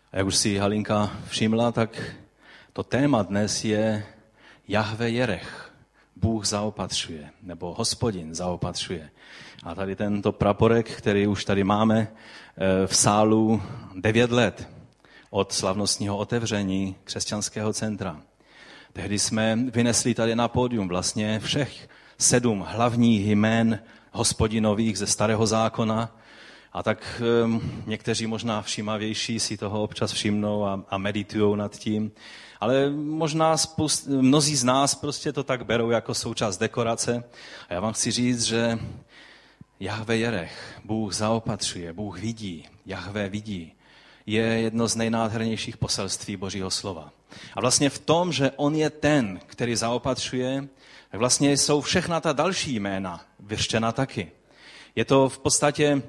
A jak už si Halinka všimla, tak to téma dnes je Jahve Jerech. Bůh zaopatřuje, nebo Hospodin zaopatřuje. A tady tento praporek, který už tady máme v sálu 9 let od slavnostního otevření křesťanského centra. Tehdy jsme vynesli tady na pódium vlastně všech 7 hlavních jmén Hospodinových ze Starého zákona. A tak někteří možná všímavější si toho občas všimnou a meditují nad tím. Ale možná mnozí z nás prostě to tak berou jako součást dekorace. A já vám chci říct, že Jahve Jerech, Bůh zaopatřuje, Bůh vidí, Jahve vidí, je jedno z nejnádhernějších poselství Božího slova. A vlastně v tom, že on je ten, který zaopatřuje, tak vlastně jsou všechna ta další jména vyřčena taky. Je to v podstatě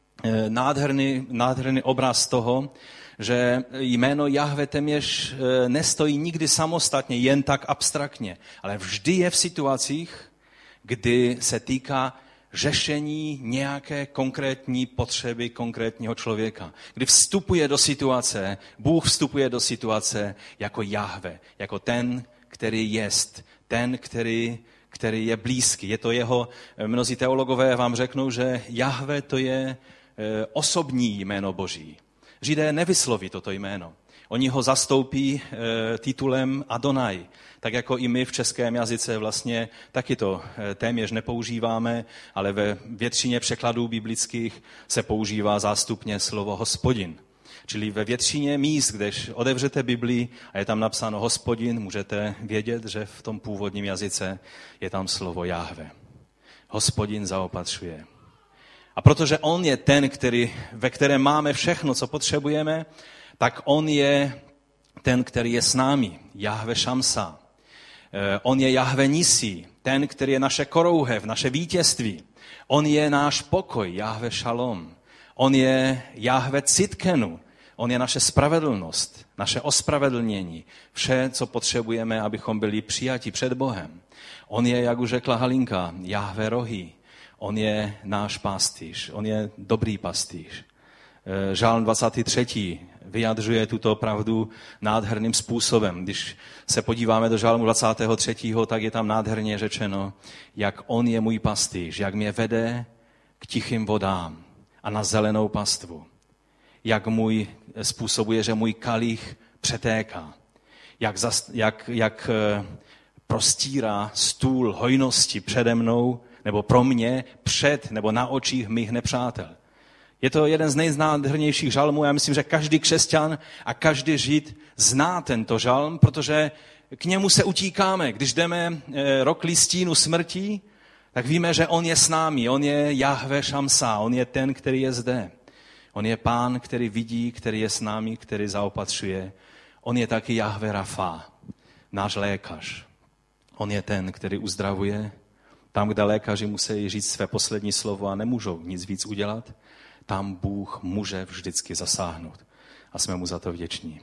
nádherný obraz toho, že jméno Jahve téměř nestojí nikdy samostatně, jen tak abstraktně, ale vždy je v situacích, kdy se týká řešení nějaké konkrétní potřeby konkrétního člověka. Kdy vstupuje do situace, Bůh vstupuje do situace jako Jahve, jako ten, který jest, ten, který je blízký. Je to jeho, mnozí teologové vám řeknou, že Jahve to je osobní jméno Boží. Židé nevysloví toto jméno. Oni ho zastoupí titulem Adonai, tak jako i my v českém jazyce vlastně taky to téměř nepoužíváme, ale ve většině překladů biblických se používá zástupně slovo Hospodin. Čili ve většině míst, když otevřete Biblii a je tam napsáno Hospodin, můžete vědět, že v tom původním jazyce je tam slovo Jahve. Hospodin zaopatřuje. A protože on je ten, ve kterém máme všechno, co potřebujeme, tak on je ten, který je s námi, Jahve Šamsa. On je Jahve Nisi, ten, který je naše korouhev, naše vítězství. On je náš pokoj, Jahve Šalom. On je Jahve Citkenu, on je naše spravedlnost, naše ospravedlnění. Vše, co potřebujeme, abychom byli přijati před Bohem. On je, jak už řekla Halinka, Jahve Rohi. On je náš pastýř, on je dobrý pastýř. Žálm 23. vyjadřuje tuto pravdu nádherným způsobem. Když se podíváme do žálmu 23., tak je tam nádherně řečeno, jak on je můj pastýř, jak mě vede k tichým vodám a na zelenou pastvu. Jak způsobuje, že můj kalich přetéká. Jak prostírá stůl hojnosti přede mnou, nebo pro mě, před nebo na očích mých nepřátel. Je to jeden z nejnádhernějších žalmů. Já myslím, že každý křesťan a každý Žid zná tento žalm, protože k němu se utíkáme. Když jdeme rok stínu smrti, tak víme, že on je s námi. On je Jahve Šamsa, on je ten, který je zde. On je Pán, který vidí, který je s námi, který zaopatřuje. On je taky Jahve Rafa, náš lékař. On je ten, který uzdravuje. Tam, kde lékaři musí říct své poslední slovo a nemůžou nic víc udělat, tam Bůh může vždycky zasáhnout. A jsme mu za to vděční.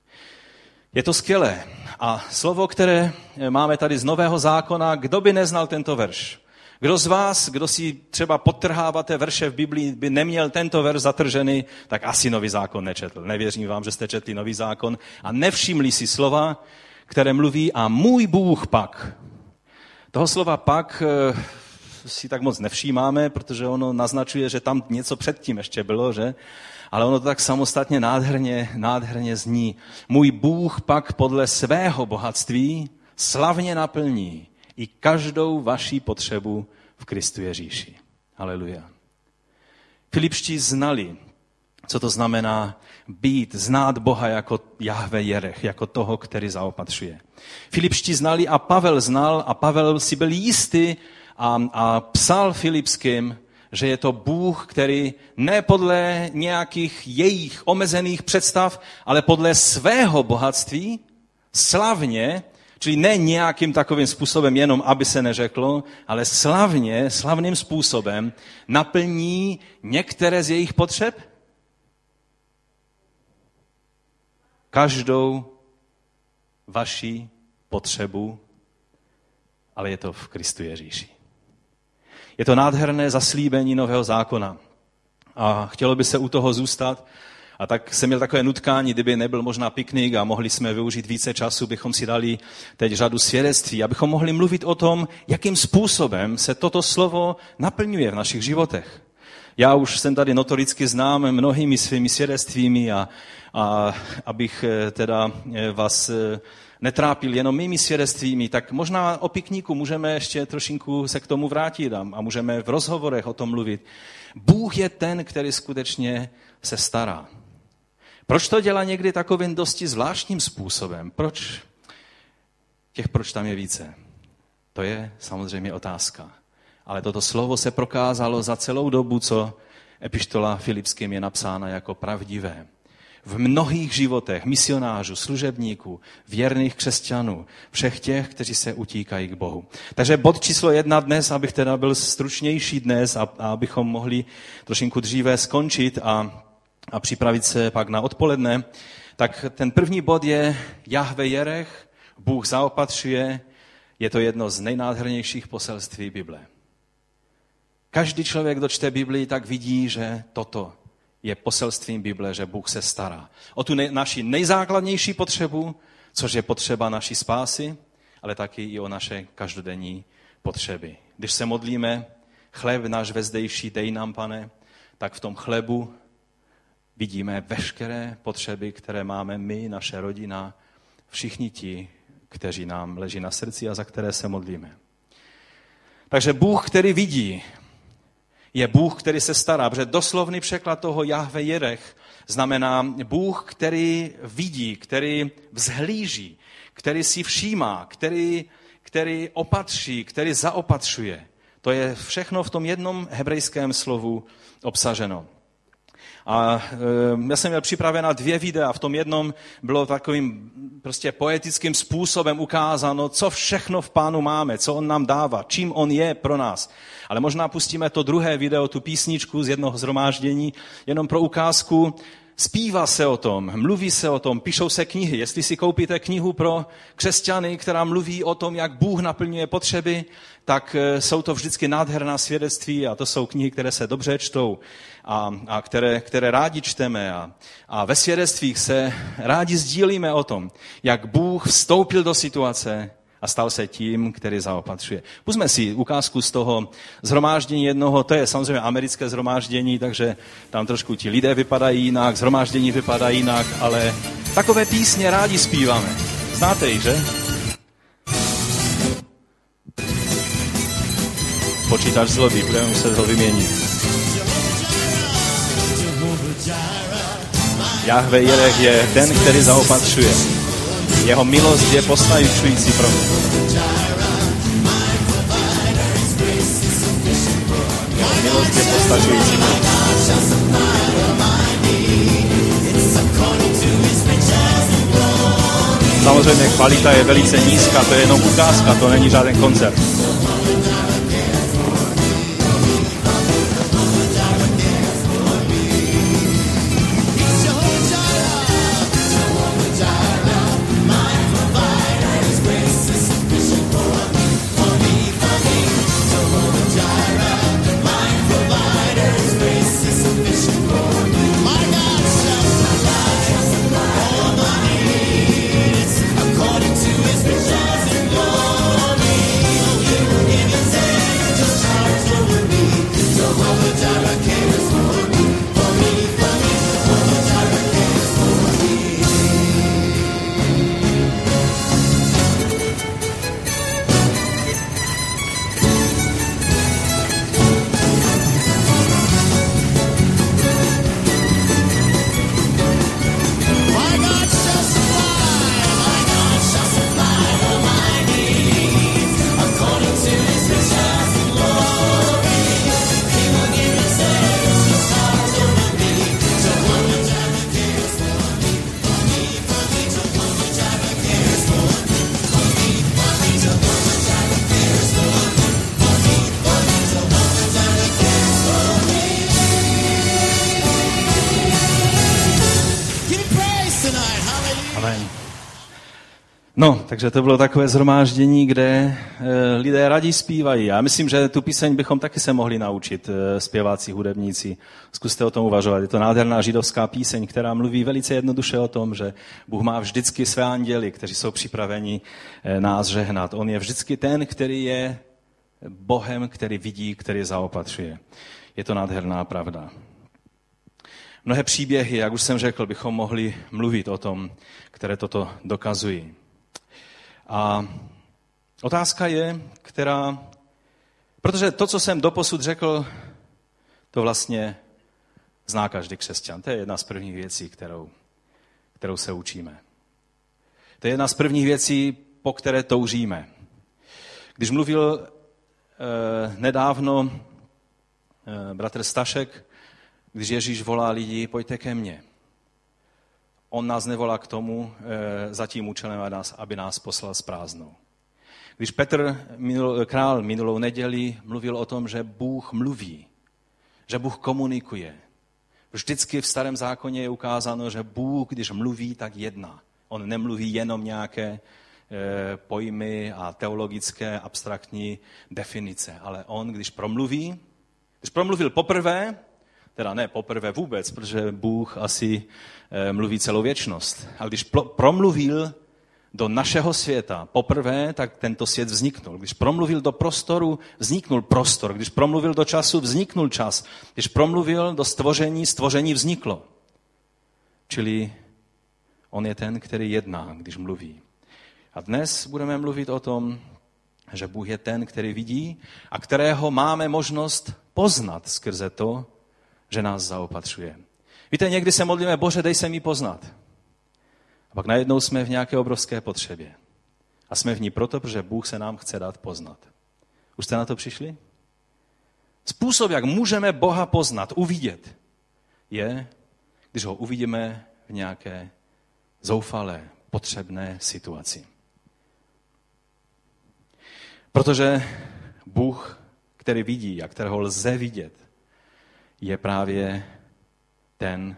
Je to skvělé. A slovo, které máme tady z Nového zákona, kdo by neznal tento verš? Kdo z vás, kdo si třeba podtrháváte verše v Biblii, by neměl tento verš zatržený, tak asi Nový zákon nečetl. Nevěřím vám, že jste četli Nový zákon a nevšimli si slova, které mluví a můj Bůh pak. Toho slova pak si tak moc nevšímáme, protože ono naznačuje, že tam něco předtím ještě bylo, že? Ale ono to tak samostatně nádherně zní. Můj Bůh pak podle svého bohatství slavně naplní i každou vaši potřebu v Kristu Ježíši. Haleluja. Filipští znali, co to znamená znát Boha jako Jahve Jerech, jako toho, který zaopatřuje. Filipští znali a Pavel znal a Pavel si byl jistý a psal Filipským, že je to Bůh, který ne podle nějakých jejich omezených představ, ale podle svého bohatství slavně, čili ne nějakým takovým způsobem jenom, aby se neřeklo, ale slavným způsobem naplní některé z jejich potřeb. Každou vaši potřebu, ale je to v Kristu Ježíši. Je to nádherné zaslíbení Nového zákona. A chtělo by se u toho zůstat A tak jsem měl takové nutkání, kdyby nebyl možná piknik a mohli jsme využít více času, bychom si dali teď řadu svědectví, abychom mohli mluvit o tom, jakým způsobem se toto slovo naplňuje v našich životech. Já už jsem tady notoricky znám mnohými svými svědectvími a abych teda vás netrápil jenom mými svědectvími, tak možná o pikníku můžeme ještě trošinku se k tomu vrátit a můžeme v rozhovorech o tom mluvit. Bůh je ten, který skutečně se stará. Proč to dělá někdy takovým dosti zvláštním způsobem? Proč tam je více? To je samozřejmě otázka. Ale toto slovo se prokázalo za celou dobu, co epištola Filipským je napsána jako pravdivé. V mnohých životech misionářů, služebníků, věrných křesťanů, všech těch, kteří se utíkají k Bohu. Takže bod číslo 1 dnes, abych teda byl stručnější dnes a abychom mohli trošinku dříve skončit a připravit se pak na odpoledne, tak ten první bod je Jahve Jerech, Bůh zaopatřuje, je to jedno z nejnádhernějších poselství Bible. Každý člověk, kdo čte Biblii, tak vidí, že toto je poselstvím Bible, že Bůh se stará o tu naši nejzákladnější potřebu, což je potřeba naší spásy, ale taky i o naše každodenní potřeby. Když se modlíme, chléb náš vezdejší dej nám, Pane, tak v tom chlebu vidíme veškeré potřeby, které máme my, naše rodina, všichni ti, kteří nám leží na srdci a za které se modlíme. Takže Bůh, který vidí, je Bůh, který se stará, protože doslovný překlad toho Jahve Jerech znamená Bůh, který vidí, který vzhlíží, který si všímá, který opatří, který zaopatřuje. To je všechno v tom jednom hebrejském slovu obsaženo. A já jsem měl připravena 2 videa, v tom jednom bylo takovým prostě poetickým způsobem ukázáno, co všechno v Pánu máme, co on nám dává, čím on je pro nás. Ale možná pustíme to druhé video, tu písničku z jednoho shromáždění, jenom pro ukázku. Zpívá se o tom, mluví se o tom, píšou se knihy. Jestli si koupíte knihu pro křesťany, která mluví o tom, jak Bůh naplňuje potřeby, tak jsou to vždycky nádherná svědectví a to jsou knihy, které se dobře čtou a které rádi čteme. A ve svědectvích se rádi sdílíme o tom, jak Bůh vstoupil do situace a stal se tím, který zaopatřuje. Pusťme si ukázku z toho shromáždění jednoho, to je samozřejmě americké shromáždění, takže tam trošku ti lidé vypadají jinak, shromáždění vypadá jinak, ale takové písně rádi zpíváme. Znáte ji, že? Počítač zlobí, budeme muset ho vyměnit. Jahve Jerech je ten, který zaopatřuje. Jeho milost je postačující pro mě. Jeho milost je postačující pro mě. Samozřejmě kvalita je velice nízká, to je jenom ukázka, to není žádný koncert. No, takže to bylo takové shromáždění, kde lidé rádi zpívají. Já myslím, že tu píseň bychom taky se mohli naučit, zpěváci, hudebníci. Zkuste o tom uvažovat. Je to nádherná židovská píseň, která mluví velice jednoduše o tom, že Bůh má vždycky své anděly, kteří jsou připraveni nás žehnat. On je vždycky ten, který je Bohem, který vidí, který zaopatřuje. Je to nádherná pravda. Mnohé příběhy, jak už jsem řekl, bychom mohli mluvit o tom, které toto dokazují. A otázka je, protože to, co jsem doposud řekl, to vlastně zná každý křesťan. To je jedna z prvních věcí, kterou se učíme. To je jedna z prvních věcí, po které toužíme. Když mluvil nedávno bratr Stašek, když Ježíš volá lidi, pojďte ke mně. On nás nevolá k tomu za tím účelem, aby nás poslal s prázdnou. Když Petr král minulou neděli mluvil o tom, že Bůh mluví, že Bůh komunikuje. Vždycky v Starém zákoně je ukázáno, že Bůh, když mluví, tak jedná. On nemluví jenom nějaké pojmy a teologické, abstraktní definice, ale on, když promluvil poprvé, teda ne poprvé vůbec, protože Bůh asi mluví celou věčnost. Ale když promluvil do našeho světa poprvé, tak tento svět vzniknul. Když promluvil do prostoru, vzniknul prostor. Když promluvil do času, vzniknul čas. Když promluvil do stvoření vzniklo. Čili on je ten, který jedná, když mluví. A dnes budeme mluvit o tom, že Bůh je ten, který vidí a kterého máme možnost poznat skrze to, že nás zaopatřuje. Víte, někdy se modlíme, Bože, dej se mi poznat. A pak najednou jsme v nějaké obrovské potřebě. A jsme v ní proto, protože Bůh se nám chce dát poznat. Už jste na to přišli? Způsob, jak můžeme Boha poznat, uvidět, je, když ho uvidíme v nějaké zoufalé, potřebné situaci. Protože Bůh, který vidí a kterého lze vidět, je právě ten,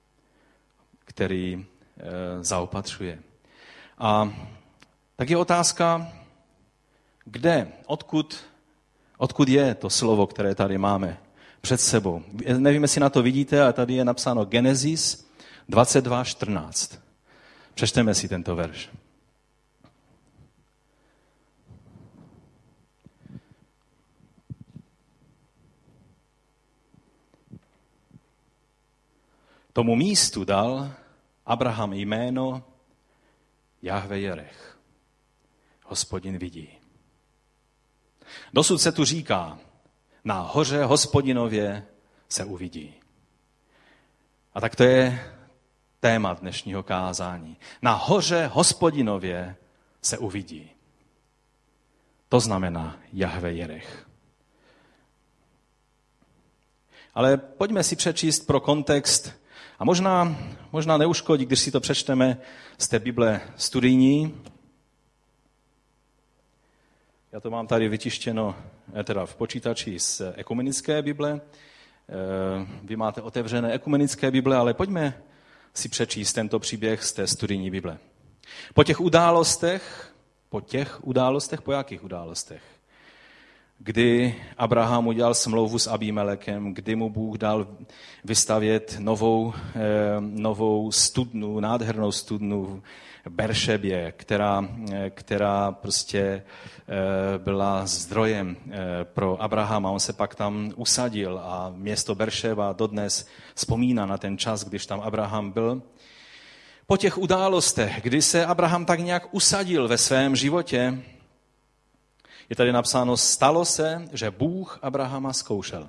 který zaopatřuje. A tak je otázka, kde, odkud je to slovo, které tady máme před sebou. Nevím, jestli na to vidíte, ale tady je napsáno Genesis 22:14. Přečteme si tento verš. Tomu místu dal Abraham jméno Jahve Jerech. Hospodin vidí. Dosud se tu říká, na hoře Hospodinově se uvidí. A tak to je téma dnešního kázání. Na hoře Hospodinově se uvidí. To znamená Jahve Jerech. Ale pojďme si přečíst pro kontext. A možná neuškodí, když si to přečteme z té Bible studijní. Já to mám tady vytištěno teda v počítači z ekumenické Bible. Vy máte otevřené ekumenické Bible, ale pojďme si přečíst tento příběh z té studijní Bible. Po jakých událostech? Kdy Abraham udělal smlouvu s Abimelekem, kdy mu Bůh dal vystavět novou studnu, nádhernou studnu v Beršebě, která prostě byla zdrojem pro Abrahama. On se pak tam usadil a město Beršeba dodnes vzpomíná na ten čas, když tam Abraham byl. Po těch událostech, kdy se Abraham tak nějak usadil ve svém životě, je tady napsáno, stalo se, že Bůh Abrahama zkoušel.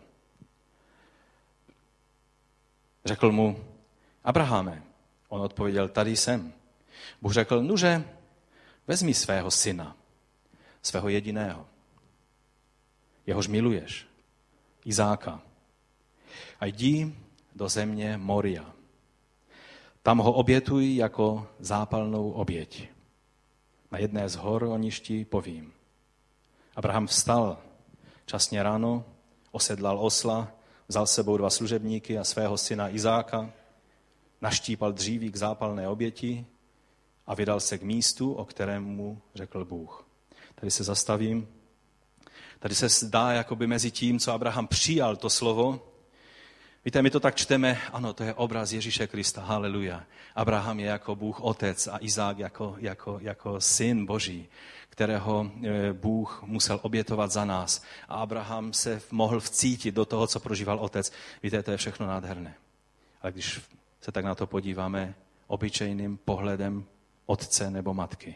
Řekl mu, Abrahame, on odpověděl, tady jsem. Bůh řekl, nuže, vezmi svého syna, svého jediného, jehož miluješ, Izáka, a jdi do země Moria. Tam ho obětuj jako zápalnou oběť. Na jedné z hor, o níž ti povím. Abraham vstal časně ráno, osedlal osla, vzal s sebou 2 služebníky a svého syna Izáka, naštípal dříví k zápalné oběti a vydal se k místu, o kterém mu řekl Bůh. Tady se zastavím. Tady se zdá, jakoby mezi tím, co Abraham přijal to slovo. Víte, my to tak čteme, ano, to je obraz Ježíše Krista, haleluja. Abraham je jako Bůh otec a Izák jako syn Boží, kterého Bůh musel obětovat za nás. A Abraham se mohl vcítit do toho, co prožíval otec. Víte, to je všechno nádherné. Ale když se tak na to podíváme obyčejným pohledem otce nebo matky,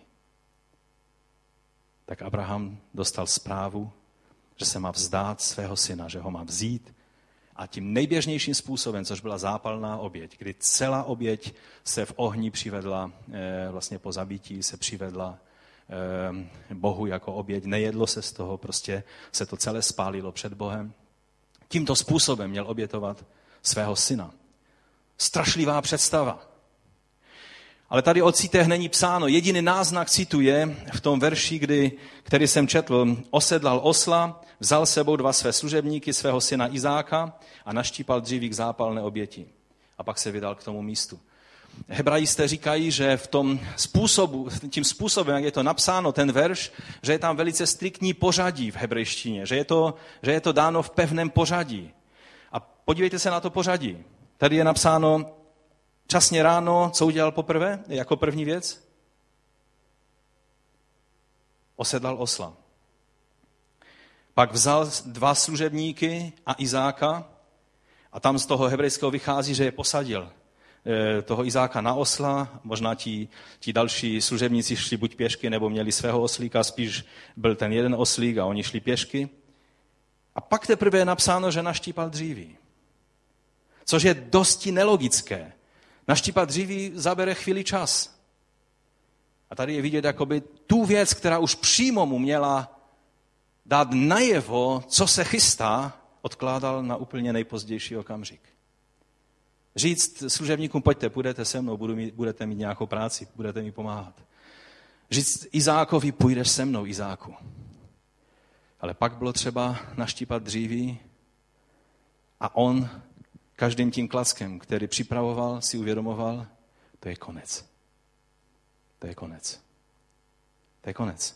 tak Abraham dostal zprávu, že se má vzdát svého syna, že ho má vzít a tím nejběžnějším způsobem, což byla zápalná oběť, kdy celá oběť se v ohni přivedla, vlastně po zabití se přivedla Bohu jako oběť, nejedlo se z toho, prostě se to celé spálilo před Bohem. Tímto způsobem měl obětovat svého syna. Strašlivá představa. Ale tady o cítech není psáno. Jediný náznak citu je v tom verši, který jsem četl. Osedlal osla, vzal sebou 2 své služebníky, svého syna Izáka a naštípal dříví k zápalné oběti. A pak se vydal k tomu místu. Hebrajisté říkají, že tím způsobem, jak je to napsáno, ten verš, že je tam velice striktní pořadí v hebrejštině, že je to dáno v pevném pořadí. A podívejte se na to pořadí. Tady je napsáno časně ráno, co udělal poprvé, jako první věc? Osedlal osla. Pak vzal 2 služebníky a Izáka a tam z toho hebrejského vychází, že je posadil toho Izáka na osla, možná ti další služebníci šli buď pěšky, nebo měli svého oslíka, spíš byl ten jeden oslík a oni šli pěšky. A pak teprve je napsáno, že naštípal dříví. Což je dosti nelogické. Naštípat dříví zabere chvíli čas. A tady je vidět jakoby tu věc, která už přímo mu měla dát najevo, co se chystá, odkládal na úplně nejpozdější okamžik. Říct služebníkům, pojďte, půjdete se mnou, budete mít nějakou práci, budete mi pomáhat. Říct Izákovi, půjdeš se mnou, Izáku. Ale pak bylo třeba naštípat dříví a on každým tím klackem, který připravoval, si uvědomoval, to je konec. To je konec. To je konec.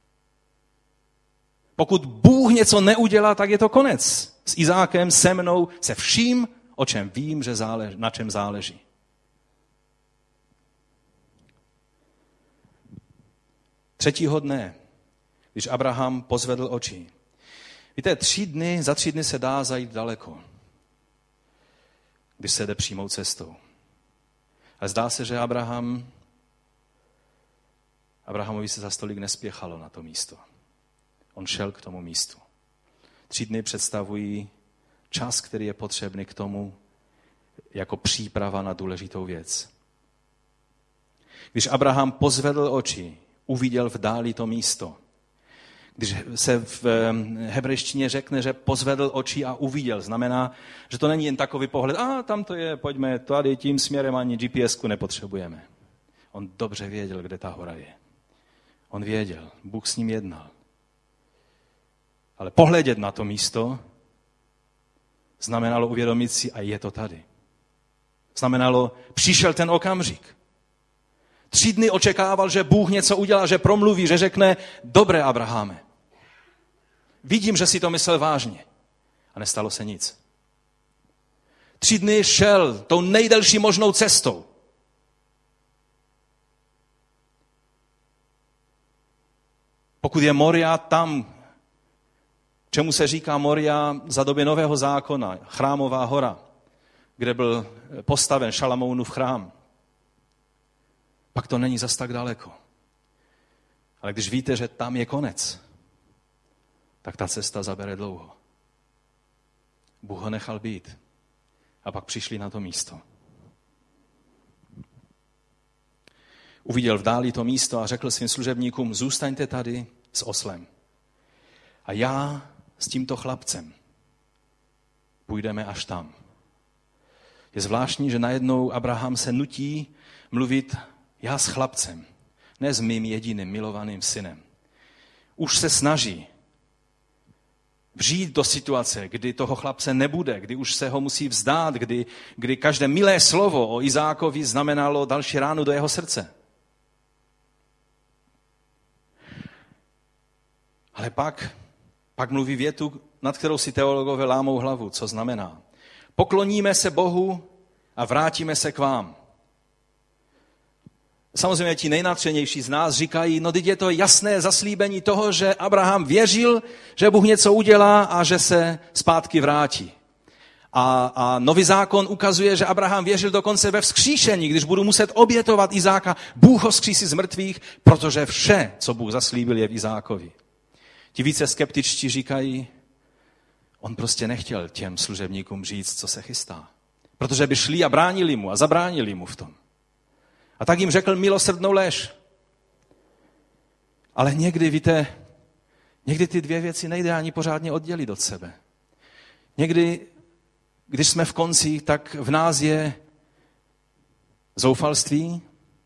Pokud Bůh něco neudělá, tak je to konec. S Izákem, se mnou, se vším, o čem vím, že na čem záleží. Třetího dne, když Abraham pozvedl oči. Víte, za 3 dny se dá zajít daleko, když se jde přímou cestou. Ale zdá se, že Abrahamovi se za stolik nespěchalo na to místo. On šel k tomu místu. 3 dny představují čas, který je potřebný k tomu, jako příprava na důležitou věc. Když Abraham pozvedl oči, uviděl v dáli to místo. Když se v hebrejštině řekne, že pozvedl oči a uviděl, znamená, že to není jen takový pohled, tam to je, pojďme tady tím směrem, ani GPS-ku nepotřebujeme. On dobře věděl, kde ta hora je. On věděl, Bůh s ním jednal. Ale pohledět na to místo znamenalo uvědomit si, a je to tady. Znamenalo, přišel ten okamžik. 3 dny očekával, že Bůh něco udělá, že promluví, že řekne, dobré, Abrahame. Vidím, že si to myslel vážně. A nestalo se nic. 3 dny šel tou nejdelší možnou cestou. Pokud je Moria tam, čemu se říká Moria za doby Nového zákona, Chrámová hora, kde byl postaven Šalamounův chrám, pak to není zas tak daleko. Ale když víte, že tam je konec, tak ta cesta zabere dlouho. Bůh ho nechal být. A pak přišli na to místo. Uviděl v dáli to místo a řekl svým služebníkům, zůstaňte tady s oslem. A já s tímto chlapcem půjdeme až tam. Je zvláštní, že najednou Abraham se nutí mluvit já s chlapcem, ne s mým jediným milovaným synem. Už se snaží vžít do situace, kdy toho chlapce nebude, kdy už se ho musí vzdát, kdy každé milé slovo o Izákovi znamenalo další ránu do jeho srdce. Ale pak mluví větu, nad kterou si teologové lámou hlavu, co znamená. Pokloníme se Bohu a vrátíme se k vám. Samozřejmě ti nejnadšenější z nás říkají, no teď je to jasné zaslíbení toho, že Abraham věřil, že Bůh něco udělá a že se zpátky vrátí. A Nový zákon ukazuje, že Abraham věřil dokonce ve vzkříšení, když budu muset obětovat Izáka, Bůh ho vzkřísí z mrtvých, protože vše, co Bůh zaslíbil, je v Izákovi. Ti více skeptičtí říkají, on prostě nechtěl těm služebníkům říct, co se chystá. Protože by šli a bránili mu a zabránili mu v tom. A tak jim řekl milosrdnou lež. Ale někdy, víte, někdy ty dvě věci nejde ani pořádně oddělit od sebe. Někdy, když jsme v konci, tak v nás je zoufalství.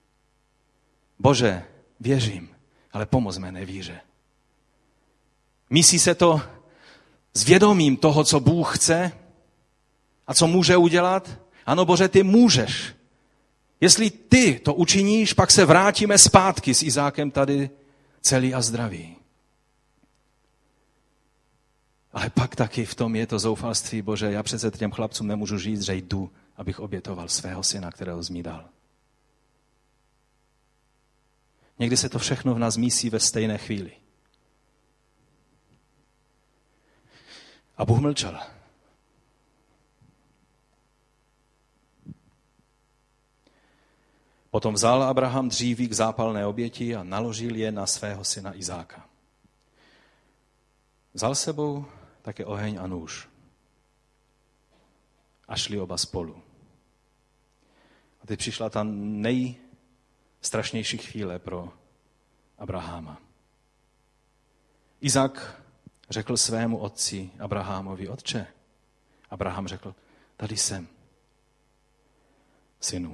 Bože, věřím, ale pomoz mé nevíře. Myslí se to s vědomím toho, co Bůh chce a co může udělat. Ano, Bože, ty můžeš. Jestli ty to učiníš, pak se vrátíme zpátky s Izákem tady celý a zdravý. Ale pak taky v tom je to zoufalství, Bože, já přece těm chlapcům nemůžu říct, že jdu, abych obětoval svého syna, kterého jsi mi dal. Někdy se to všechno v nás mísí ve stejné chvíli. A Bůh mlčel. Potom vzal Abraham dříví k zápalné oběti a naložil je na svého syna Izáka. Vzal sebou také oheň a nůž. A šli oba spolu. A teď přišla ta nejstrašnější chvíle pro Abraháma. Izák řekl svému otci Abrahamovi, otče. Abraham řekl, tady jsem, synu.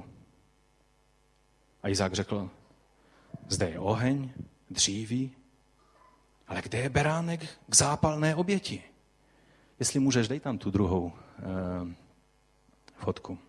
A Izák řekl, zde je oheň, dříví, ale kde je beránek k zápalné oběti? Jestli můžeš, dej tam tu druhou fotku.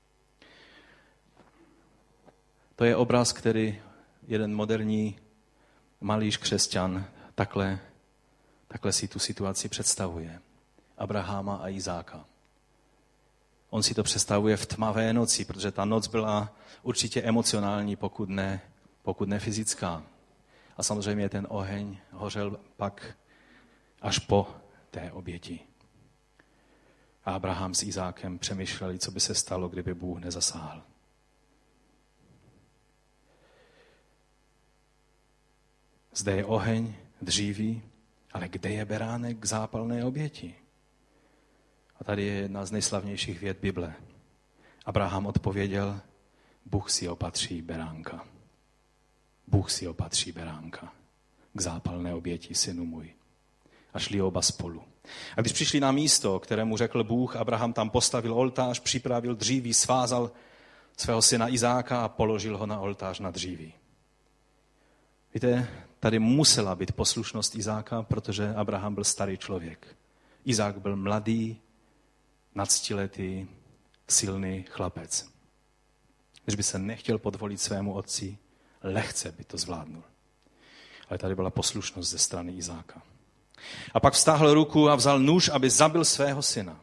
To je obraz, který jeden moderní malíř křesťan takhle si tu situaci představuje. Abraháma a Izáka. On si to představuje v tmavé noci, protože ta noc byla určitě emocionální, pokud ne fyzická. A samozřejmě ten oheň hořel pak až po té oběti. A Abraham s Izákem přemýšleli, co by se stalo, kdyby Bůh nezasáhl. Zde je oheň, dříví, ale kde je beránek k zápalné oběti? A tady je jedna z nejslavnějších vět Bible. Abraham odpověděl, Bůh si opatří beránka. Bůh si opatří beránka k zápalné oběti, synu můj. A šli oba spolu. A když přišli na místo, kterému řekl Bůh, Abraham tam postavil oltář, připravil dříví, svázal svého syna Izáka a položil ho na oltář na dříví. Víte, tady musela být poslušnost Izáka, protože Abraham byl starý člověk. Izák byl mladý, nadstiletý, silný chlapec. Když by se nechtěl podvolit svému otci, lehce by to zvládnul. Ale tady byla poslušnost ze strany Izáka. A pak vztáhl ruku a vzal nůž, aby zabil svého syna.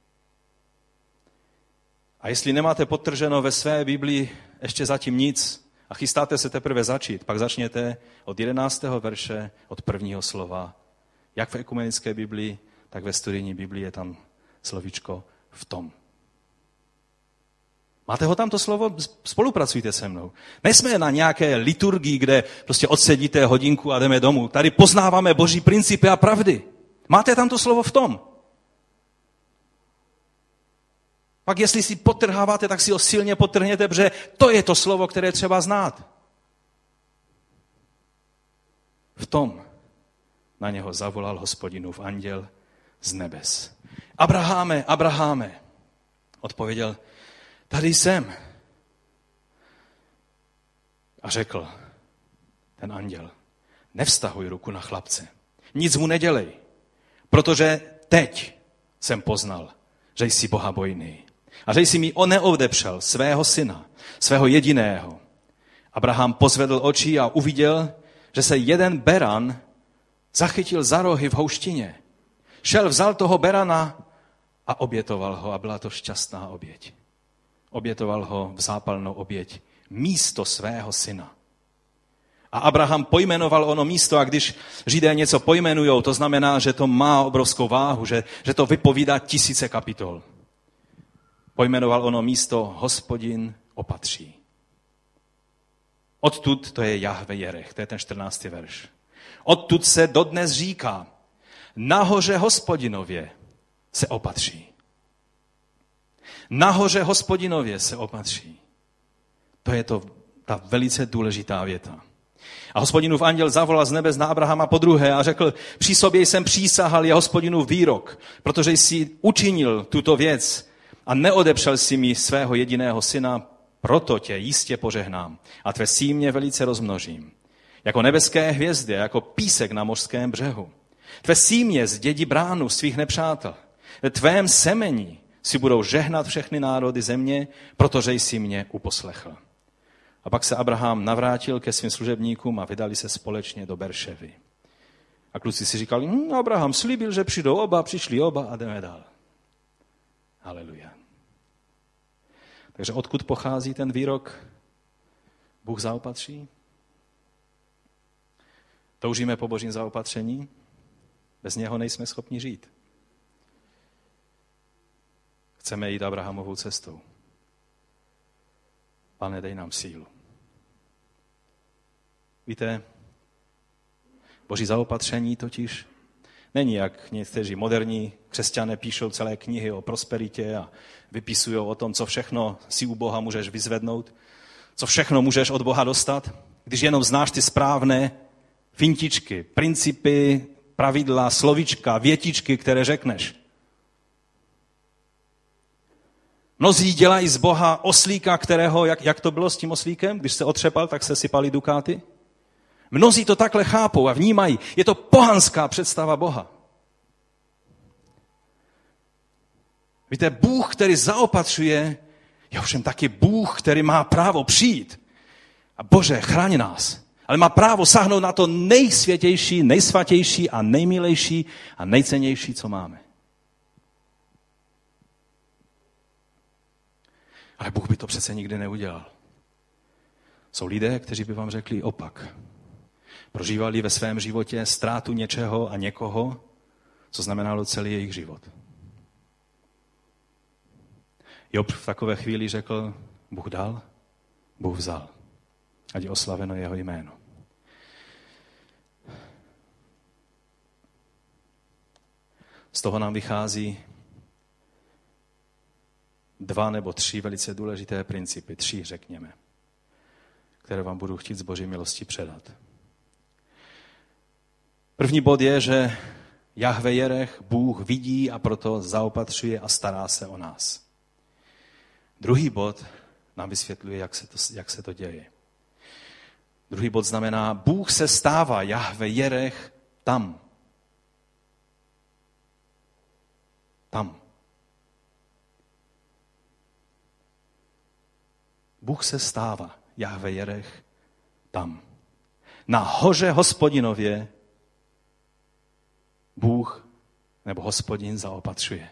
A jestli nemáte podtrženo ve své Biblii ještě zatím nic a chystáte se teprve začít, pak začněte od 11. verše, od prvního slova. Jak v ekumenické Biblii, tak ve studijní Biblii je tam slovíčko v tom. Máte ho tam to slovo? Spolupracujte se mnou. Nejsme na nějaké liturgii, kde prostě odsedíte hodinku a jdeme domů. Tady poznáváme Boží principy a pravdy. Máte tam to slovo v tom? Pak jestli si podtrháváte, tak si ho silně podtrhněte, protože to je to slovo, které třeba znát. V tom na něho zavolal Hospodinův anděl z nebes. Abraháme, Abraháme, odpověděl, tady jsem. A řekl ten anděl, nevztahuj ruku na chlapce, nic mu nedělej, protože teď jsem poznal, že jsi bohabojný a že jsi mi neodepřel svého syna, svého jediného. Abraham pozvedl oči a uviděl, že se jeden beran zachytil za rohy v houštině, šel, vzal toho berana a obětoval ho a byla to šťastná oběť. Obětoval ho v zápalnou oběť místo svého syna. A Abraham pojmenoval ono místo a když Židé něco pojmenujou, to znamená, že to má obrovskou váhu, že to vypovídá tisíce kapitol. Pojmenoval ono místo Hospodin opatří. Odtud, to je Jahve Jerech, to je ten 14. verš. Odtud se dodnes říká, nahoře Hospodinově se opatří. Nahoře Hospodinově se opatří. To je ta velice důležitá věta. A Hospodinův anděl zavolal z nebes na Abrahama podruhé a řekl, při sobě jsem přísahal, je Hospodinův výrok, protože jsi učinil tuto věc a neodepřel si mi svého jediného syna, proto tě jistě požehnám a tvé símě velice rozmnožím. Jako nebeské hvězdy, jako písek na mořském břehu. Tvé símě zdědí bránu svých nepřátel. Ve tvém semení si budou žehnat všechny národy země, protože jsi mě uposlechl. A pak se Abraham navrátil ke svým služebníkům a vydali se společně do Berševy. A kluci si říkali, Abraham slíbil, že přijdou oba, přišli oba a jdeme dál. Haleluja. Takže odkud pochází ten výrok? Bůh zaopatří? Toužíme po božím zaopatření? Bez něho nejsme schopni žít. Chceme jít Abrahamovou cestou. Pane, dej nám sílu. Víte, boží zaopatření totiž není, jak někteří moderní křesťané píšou celé knihy o prosperitě a vypisují o tom, co všechno si u Boha můžeš vyzvednout, co všechno můžeš od Boha dostat, když jenom znáš ty správné fintičky, principy, pravidla, slovíčka, větičky, které řekneš. Mnozí dělají z Boha oslíka, kterého, jak to bylo s tím oslíkem, když se otřepal, tak se sypali dukáty. Mnozí to takhle chápou a vnímají. Je to pohanská představa Boha. Víte, Bůh, který zaopatřuje, je ovšem taky Bůh, který má právo přijít. A Bože, chraň nás. Ale má právo sáhnout na to nejsvětější, nejsvatější a nejmilejší a nejcennější, co máme. Ale Bůh by to přece nikdy neudělal. Jsou lidé, kteří by vám řekli opak. Prožívali ve svém životě ztrátu něčeho a někoho, co znamenalo celý jejich život. Job v takové chvíli řekl, Bůh dal, Bůh vzal. Ať je oslaveno jeho jméno. Z toho nám vychází 2 nebo 3 velice důležité principy, 3 řekněme, které vám budu chtít z Boží milosti předat. První bod je, že Jahve Jerech, Bůh vidí a proto zaopatřuje a stará se o nás. Druhý bod nám vysvětluje, jak se to děje. Druhý bod znamená, Bůh se stává Jahve Jerech tam. Tam. Bůh se stává Jahve Jerech tam. Na hoře Hospodinově Bůh nebo Hospodin zaopatřuje.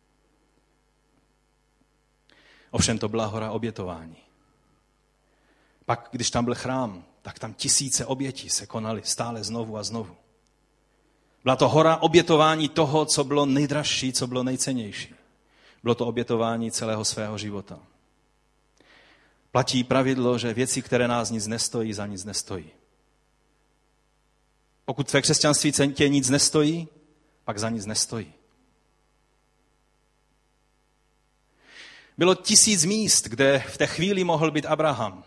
Ovšem to byla hora obětování. Pak, když tam byl chrám, tak tam tisíce obětí se konaly stále znovu a znovu. Byla to hora obětování toho, co bylo nejdražší, co bylo nejcennější. Bylo to obětování celého svého života. Platí pravidlo, že věci, které nás nic nestojí, za nic nestojí. Pokud tvé křesťanství tě nic nestojí, pak za nic nestojí. Bylo 1000 míst, kde v té chvíli mohl být Abraham.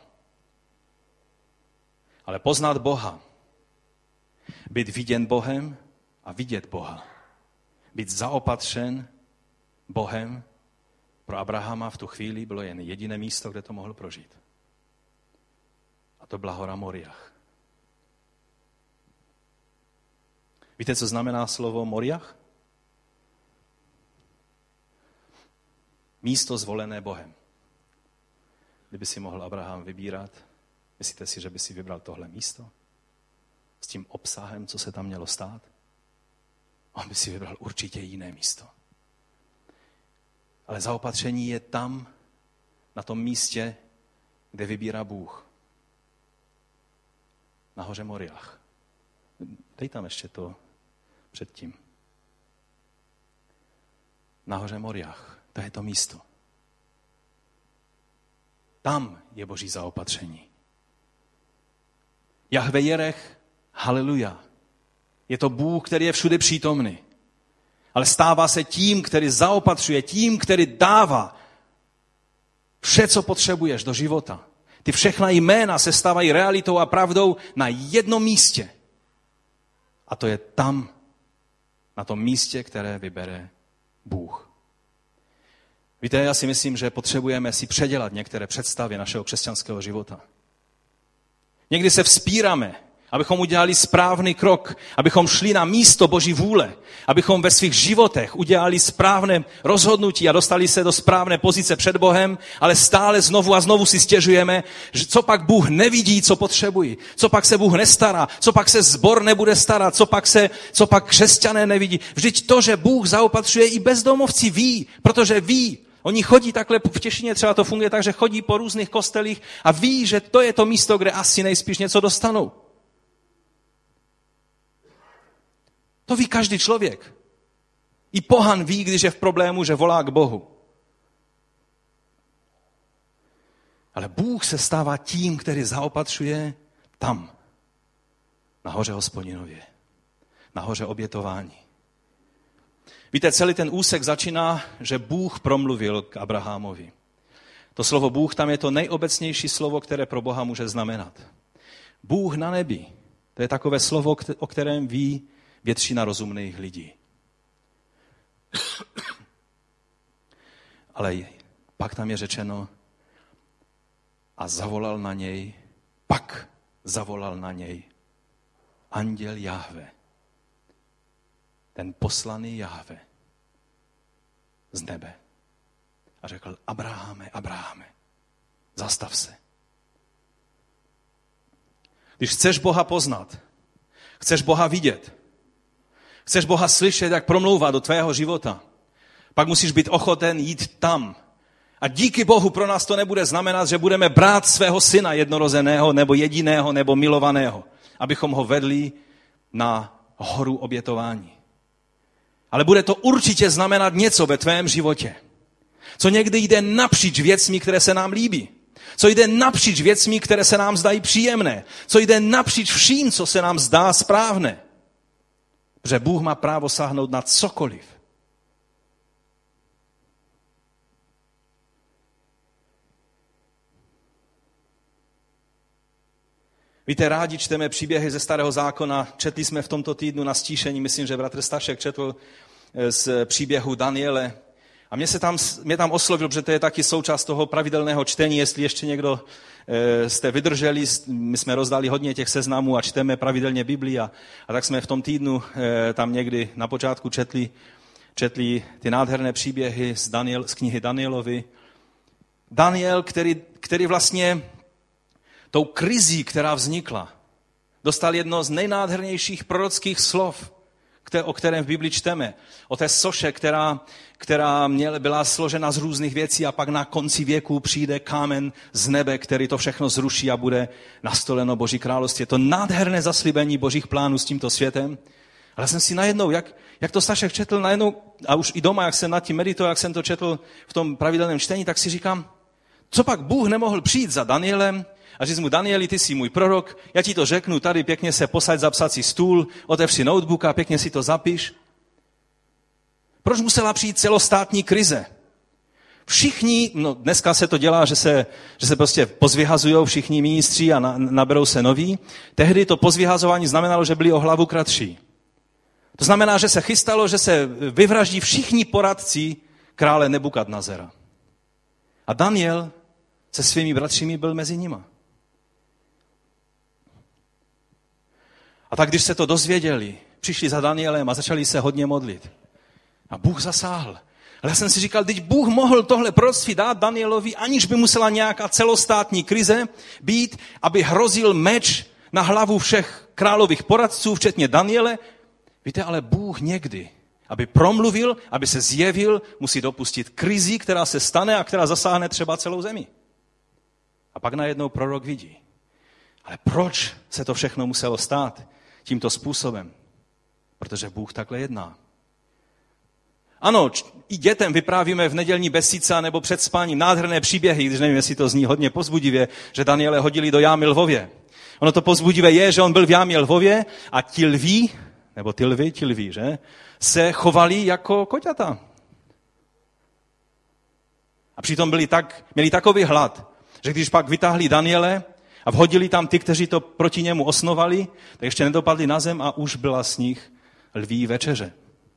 Ale poznat Boha, být viděn Bohem a vidět Boha, být zaopatřen Bohem, pro Abrahama v tu chvíli bylo jen jediné místo, kde to mohl prožít. A to byla hora Moriach. Víte, co znamená slovo Moriach? Místo zvolené Bohem. Kdyby si mohl Abraham vybírat, myslíte si, že by si vybral tohle místo? s tím obsahem, co se tam mělo stát, on by si vybral určitě jiné místo. Ale zaopatření je tam, na tom místě, kde vybírá Bůh. Na hoře Moriach. Dej tam ještě to předtím. Na hoře Moriach. To je to místo. Tam je Boží zaopatření. Jahve Jerech, haleluja. Je to Bůh, který je všude přítomný. Ale stává se tím, který zaopatřuje, tím, který dává vše, co potřebuješ do života. Ty všechna jména se stávají realitou a pravdou na jednom místě. A to je tam, na tom místě, které vybere Bůh. Víte, já si myslím, že potřebujeme si předělat některé představy našeho křesťanského života. Někdy se vzpíráme, abychom udělali správný krok, abychom šli na místo Boží vůle, abychom ve svých životech udělali správné rozhodnutí a dostali se do správné pozice před Bohem, ale stále znovu a znovu si stěžujeme, že co pak Bůh nevidí, co potřebují, co pak se Bůh nestará, co pak se sbor nebude starat, co pak křesťané nevidí. Vždyť to, že Bůh zaopatřuje, i bezdomovci ví, protože ví. Oni chodí takhle, v Těšíně třeba to funguje tak, že chodí po různých kostelích a ví, že to je to místo, kde asi nejspíš něco dostanou. To ví každý člověk. I pohan ví, když je v problému, že volá k Bohu. Ale Bůh se stává tím, který zaopatřuje tam, na hoře Hospodinově, na hoře obětování. Víte, celý ten úsek začíná, že Bůh promluvil k Abrahamovi. To slovo Bůh tam je to nejobecnější slovo, které pro Boha může znamenat. Bůh na nebi, to je takové slovo, o kterém ví většina rozumných lidí. Ale pak tam je řečeno a pak zavolal na něj anděl Jahve, ten poslaný Jahve z nebe. A řekl, Abrahame, Abrahame, zastav se. Když chceš Boha poznat, chceš Boha vidět, chceš Boha slyšet, jak promlouvá do tvého života, pak musíš být ochoten jít tam. A díky Bohu pro nás to nebude znamenat, že budeme brát svého syna jednorozeného, nebo jediného, nebo milovaného, abychom ho vedli na horu obětování. Ale bude to určitě znamenat něco ve tvém životě, co někdy jde napříč věcmi, které se nám líbí. Co jde napříč věcmi, které se nám zdají příjemné. Co jde napříč vším, co se nám zdá správné. Protože Bůh má právo sáhnout na cokoliv. Víte, rádi čteme příběhy ze Starého zákona. Četli jsme v tomto týdnu na stíšení, myslím, že bratr Stašek četl z příběhu Daniele. A mě tam oslovil, protože to je taky součást toho pravidelného čtení, jestli ještě někdo jste vydrželi, my jsme rozdali hodně těch seznamů a čteme pravidelně Biblii a tak jsme v tom týdnu tam někdy na počátku četli ty nádherné příběhy z knihy Danielovi. Daniel, který vlastně tou krizí, která vznikla, dostal jedno z nejnádhernějších prorockých slov, o kterém v Bibli čteme. O té soše, která byla složena z různých věcí a pak na konci věku přijde kámen z nebe, který to všechno zruší a bude nastoleno Boží království. Je to nádherné zaslíbení Božích plánů s tímto světem. Ale jsem si najednou, jak to Stašek četl najednou, a už i doma, jak jsem nad tím meditoval, jak jsem to četl v tom pravidelném čtení, tak si říkám, co pak Bůh nemohl přijít za Danielem a říct mu, Danieli, ty jsi můj prorok, já ti to řeknu, tady pěkně se posaď za psací stůl, otevř si notebook a pěkně si to zapiš. Proč musela přijít celostátní krize? Všichni, dneska se to dělá, že se prostě pozvyhazujou všichni ministři a naberou se noví. Tehdy to pozvyhazování znamenalo, že byli o hlavu kratší. To znamená, že se chystalo, že se vyvraždí všichni poradci krále Nebukadnezara. A Daniel se svými bratřími byl mezi nima. A tak, když se to dozvěděli, přišli za Danielem a začali se hodně modlit. A Bůh zasáhl. Ale já jsem si říkal, teď Bůh mohl tohle proroctví dát Danielovi, aniž by musela nějaká celostátní krize být, aby hrozil meč na hlavu všech králových poradců, včetně Daniele. Víte, ale Bůh někdy, aby promluvil, aby se zjevil, musí dopustit krizi, která se stane a která zasáhne třeba celou zemi. A pak najednou prorok vidí. Ale proč se to všechno muselo stát tímto způsobem? Protože Bůh takhle jedná. Ano, i dětem vyprávíme v nedělní besídce nebo před spáním nádherné příběhy, když nevím, jestli to zní hodně povzbudivě, že Daniele hodili do jámy lvově. Ono to povzbudivé je, že on byl v jámě lvově a ti lví, nebo ti lví, že, se chovali jako koťata. A přitom měli takový hlad, že když pak vytáhli Daniele a vhodili tam ty, kteří to proti němu osnovali, tak ještě nedopadli na zem a už byla z nich lví večeře.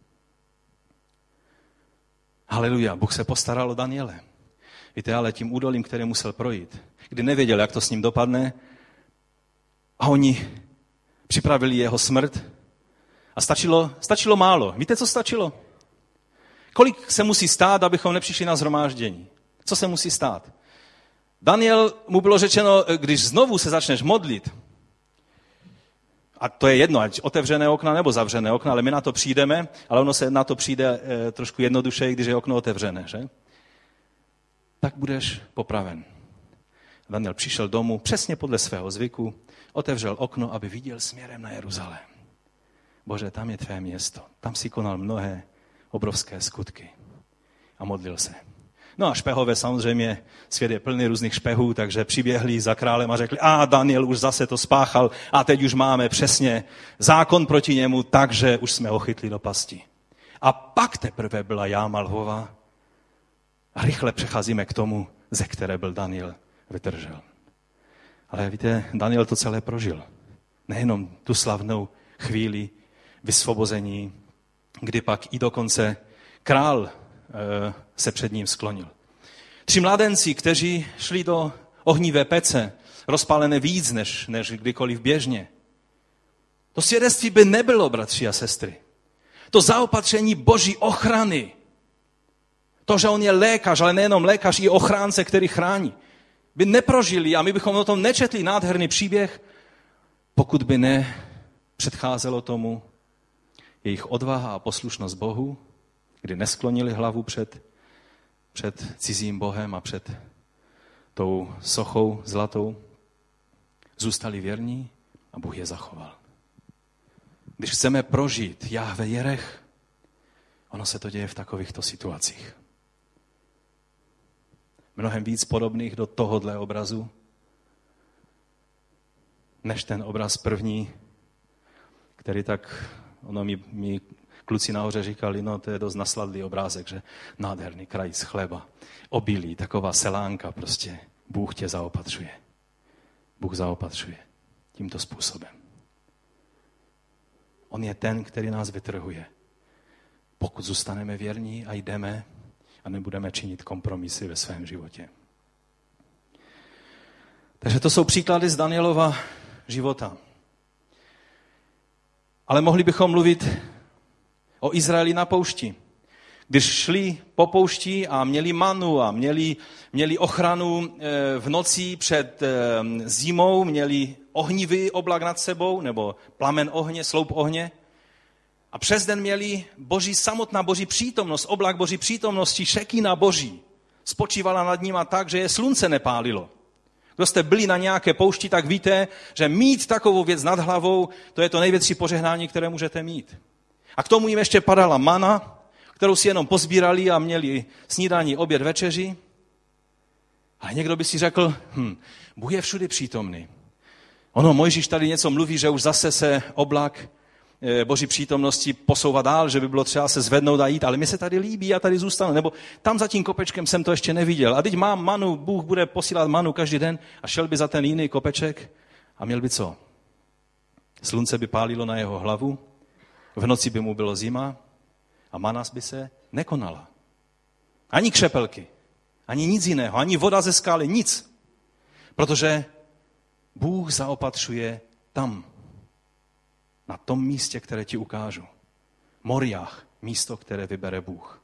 Haleluja, Bůh se postaral o Daniele. Víte, ale tím údolím, který musel projít, kdy nevěděl, jak to s ním dopadne, a oni připravili jeho smrt a stačilo málo. Víte, co stačilo? Kolik se musí stát, abychom nepřišli na shromáždění? Co se musí stát? Daniel, mu bylo řečeno, když znovu se začneš modlit, a to je jedno, ať otevřené okna nebo zavřené okna, ale my na to přijdeme, ale ono se na to přijde trošku jednodušeji, když je okno otevřené, že? Tak budeš popraven. Daniel přišel domů přesně podle svého zvyku, otevřel okno, aby viděl směrem na Jeruzalém. Bože, tam je tvé město. Tam si konal mnohé obrovské skutky. A modlil se. No a špehové samozřejmě, svět je plný různých špehů, takže přiběhli za králem a řekli, Daniel už zase to spáchal a teď už máme přesně zákon proti němu, takže už jsme ho chytli do pasti. A pak teprve byla jáma lvová a rychle přecházíme k tomu, ze které byl Daniel vytržel. Ale víte, Daniel to celé prožil. Nejenom tu slavnou chvíli vysvobození, kdy pak i dokonce král se před ním sklonil. 3 mládenci, kteří šli do ohnivé pece, rozpálené víc než kdykoliv běžně. To svědectví by nebylo, bratři a sestry. To zaopatření Boží ochrany. To, že on je lékař, ale nejenom lékař, i ochránce, který chrání. By neprožili a my bychom o tom nečetli nádherný příběh, pokud by předcházelo tomu jejich odvaha a poslušnost Bohu, kdy nesklonili hlavu před cizím Bohem a před tou sochou zlatou, zůstali věrní a Bůh je zachoval. Když chceme prožít Jahve Jerech, ono se to děje v takovýchto situacích. Mnohem víc podobných do tohohle obrazu, než ten obraz první, který tak, mi kluci nahoře říkali, no to je dost nasladlý obrázek, že nádherný krajíc chleba, obilí, taková selánka prostě. Bůh tě zaopatřuje. Bůh zaopatřuje tímto způsobem. On je ten, který nás vytrhuje. Pokud zůstaneme věrní a jdeme a nebudeme činit kompromisy ve svém životě. Takže to jsou příklady z Danielova života. Ale mohli bychom mluvit o Izraeli na poušti. Když šli po poušti a měli manu a měli ochranu v noci před zimou, měli ohnivý oblak nad sebou, nebo plamen ohně, sloup ohně. A přes den měli samotná Boží přítomnost, oblak Boží přítomnosti, šekína Boží. Spočívala nad nima tak, že je slunce nepálilo. Kdo jste byli na nějaké poušti, tak víte, že mít takovou věc nad hlavou, to je to největší požehnání, které můžete mít. A k tomu jim ještě padala mana, kterou si jenom pozbírali a měli snídani, oběd, večeři. A někdo by si řekl, Bůh je všude přítomný. Ono, Mojžíš tady něco mluví, že už zase se oblak Boží přítomnosti posouvá dál, že by bylo třeba se zvednout a jít, ale mi se tady líbí, já tady zůstanu, nebo tam za tím kopečkem jsem to ještě neviděl. A teď mám manu, Bůh bude posílat manu každý den a šel by za ten jiný kopeček a měl by co? Slunce by pálilo na jeho hlavu, v noci by mu bylo zima a mana by se nekonala. Ani křepelky, ani nic jiného, ani voda ze skály, nic. Protože Bůh zaopatřuje tam, na tom místě, které ti ukážu. Moriách, místo, které vybere Bůh.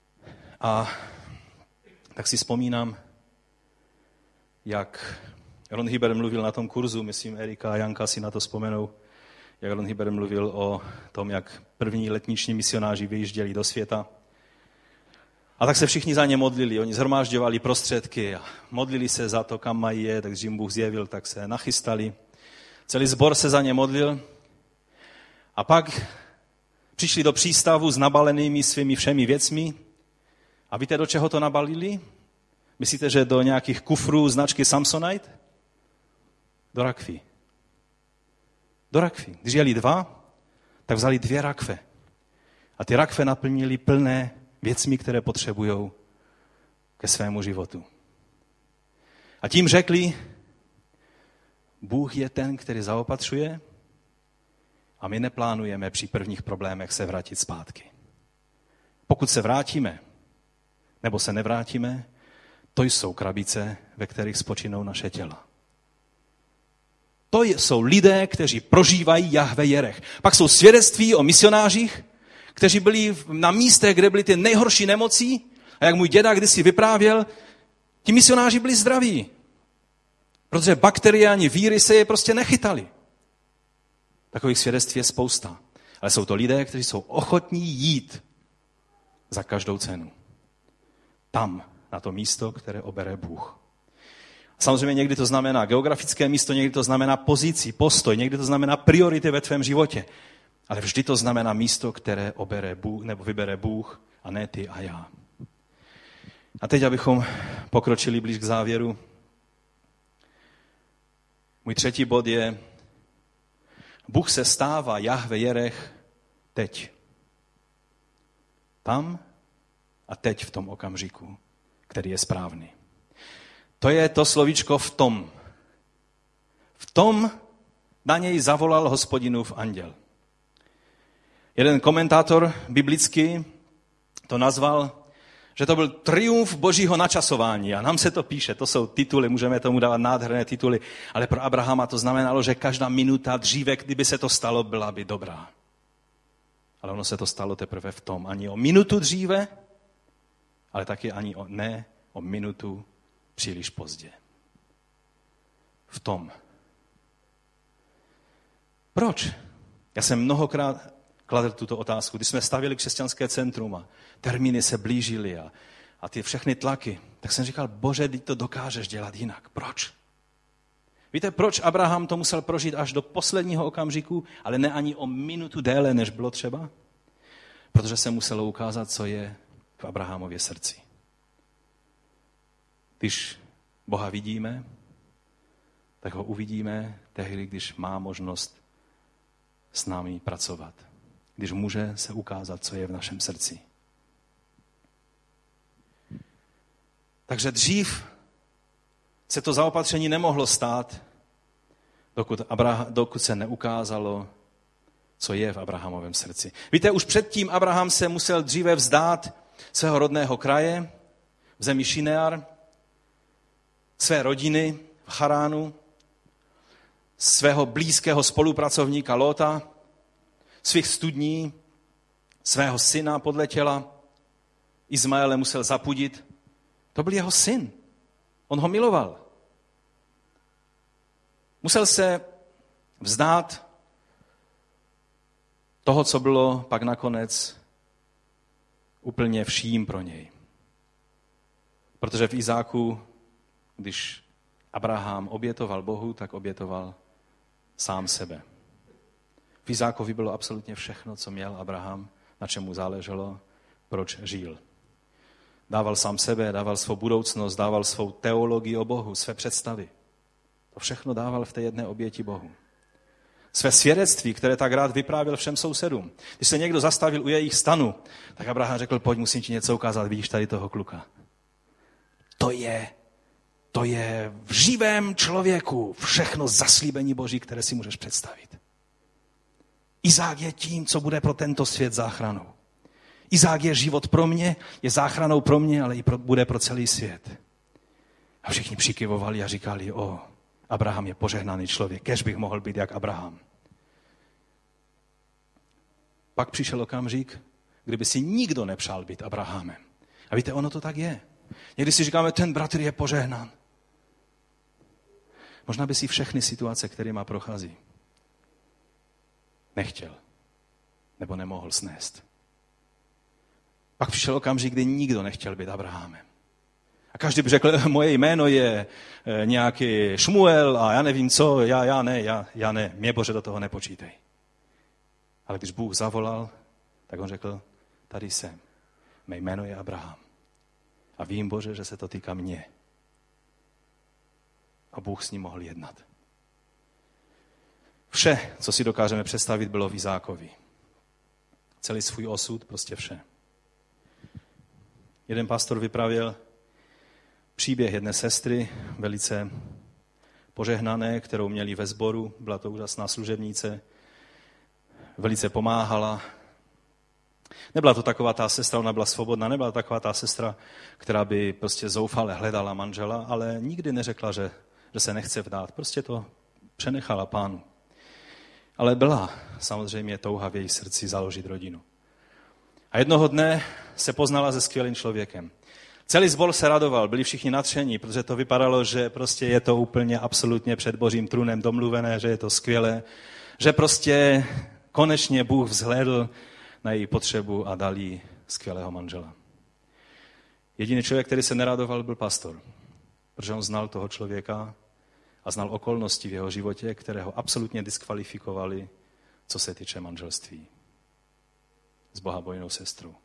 A tak si vzpomínám, jak Ron Huber mluvil na tom kurzu, myslím, Erika a Janka si na to vzpomenou, jak Ron Huber mluvil o tom, jak první letniční misionáři vyjížděli do světa. A tak se všichni za ně modlili, oni shromážďovali prostředky a modlili se za to, kam mají jet, tak když jim Bůh zjevil, tak se nachystali. Celý sbor se za ně modlil a pak přišli do přístavu s nabalenými svými všemi věcmi. A víte, do čeho to nabalili? Myslíte, že do nějakých kufrů značky Samsonite? Do rakví. Do rakví. Když jeli 2, tak vzali 2 rakve. A ty rakve naplnili plné věcmi, které potřebují ke svému životu. A tím řekli, Bůh je ten, který zaopatřuje a my neplánujeme při prvních problémech se vrátit zpátky. Pokud se vrátíme, nebo se nevrátíme, to jsou krabice, ve kterých spočinou naše těla. To jsou lidé, kteří prožívají Jahve Jerech. Pak jsou svědectví o misionářích, kteří byli na místech, kde byly ty nejhorší nemoci. A jak můj děda kdysi vyprávěl, ti misionáři byli zdraví. Protože bakterie ani víry se je prostě nechytali. Takových svědectví je spousta. Ale jsou to lidé, kteří jsou ochotní jít za každou cenu. Tam, na to místo, které obere Bůh. Samozřejmě někdy to znamená geografické místo, někdy to znamená pozici, postoj, někdy to znamená priority ve tvém životě. Ale vždy to znamená místo, které obere Bůh, nebo vybere Bůh, a ne ty a já. A teď, abychom pokročili blíž k závěru. Můj 3. bod je, Bůh se stává Jahve Jerech teď. Tam a teď v tom okamžiku, který je správný. To je to slovíčko v tom. V tom na něj zavolal Hospodinův anděl. Jeden komentátor biblický to nazval, že to byl triumf božího načasování. A nám se to píše, to jsou tituly, můžeme tomu dávat nádherné tituly, ale pro Abrahama to znamenalo, že každá minuta dříve, kdyby se to stalo, byla by dobrá. Ale ono se to stalo teprve v tom. Ani o minutu dříve, ale taky ani o minutu příliš pozdě. V tom. Proč? Já jsem mnohokrát kladl tuto otázku. Když jsme stavili křesťanské centrum a termíny se blížily a ty všechny tlaky, tak jsem říkal, Bože, ty to dokážeš dělat jinak. Proč? Víte, proč Abraham to musel prožít až do posledního okamžiku, ale ne ani o minutu déle, než bylo třeba? Protože se muselo ukázat, co je v Abrahamově srdci. Když Boha vidíme, tak ho uvidíme tehdy, když má možnost s námi pracovat. Když může se ukázat, co je v našem srdci. Takže dřív se to zaopatření nemohlo stát, dokud se neukázalo, co je v Abrahamovém srdci. Víte, už předtím Abraham se musel dříve vzdát svého rodného kraje v zemi Šinear, své rodiny v Charánu, svého blízkého spolupracovníka Lóta, svých studní, svého syna podle těla. Izmaele musel zapudit. To byl jeho syn. On ho miloval. Musel se vzdát toho, co bylo pak nakonec úplně vším pro něj. Protože v Izáku, když Abraham obětoval Bohu, tak obětoval sám sebe. V Izákovi bylo absolutně všechno, co měl Abraham, na čemu záleželo, proč žil. Dával sám sebe, dával svou budoucnost, dával svou teologii o Bohu, své představy. To všechno dával v té jedné oběti Bohu. Své svědectví, které tak rád vyprávěl všem sousedům. Když se někdo zastavil u jejich stanu, tak Abraham řekl, pojď, musím ti něco ukázat, vidíš tady toho kluka. To je v živém člověku všechno zaslíbení Boží, které si můžeš představit. Izák je tím, co bude pro tento svět záchranou. Izák je život pro mě, je záchranou pro mě, ale i bude pro celý svět. A všichni přikyvovali a říkali, Abraham je požehnaný člověk, kéž bych mohl být jak Abraham. Pak přišel okamžik, kdyby si nikdo nepřál být Abrahamem. A víte, ono to tak je. Někdy si říkáme, ten bratr je požehnán. Možná by si všechny situace, kterýma prochází, nechtěl nebo nemohl snést. Pak přišel okamžik, kdy nikdo nechtěl být Abrahamem. A každý by řekl, moje jméno je nějaký Šmuel a já nevím co, já ne, mě Bože do toho nepočítej. Ale když Bůh zavolal, tak on řekl, tady jsem, mé jméno je Abraham. A vím, Bože, že se to týká mě. A Bůh s ním mohl jednat. Vše, co si dokážeme představit, bylo v Izákovi. Celý svůj osud, prostě vše. Jeden pastor vyprávěl příběh jedné sestry, velice požehnané, kterou měli ve sboru. Byla to úžasná služebnice, velice pomáhala. Nebyla to taková ta sestra, ona byla svobodná, nebyla to taková ta sestra, která by prostě zoufale hledala manžela, ale nikdy neřekla, že se nechce vdát. Prostě to přenechala Pánu. Ale byla samozřejmě touha v její srdci založit rodinu. A jednoho dne se poznala se skvělým člověkem. Celý sbor se radoval, byli všichni nadšení, protože to vypadalo, že prostě je to úplně absolutně před Božím trůnem domluvené, že je to skvělé, že prostě konečně Bůh vzhlédl na její potřebu a dal jí skvělého manžela. Jediný člověk, který se neradoval, byl pastor, protože on znal toho člověka a znal okolnosti v jeho životě, které ho absolutně diskvalifikovali, co se týče manželství s bohabojnou sestrou.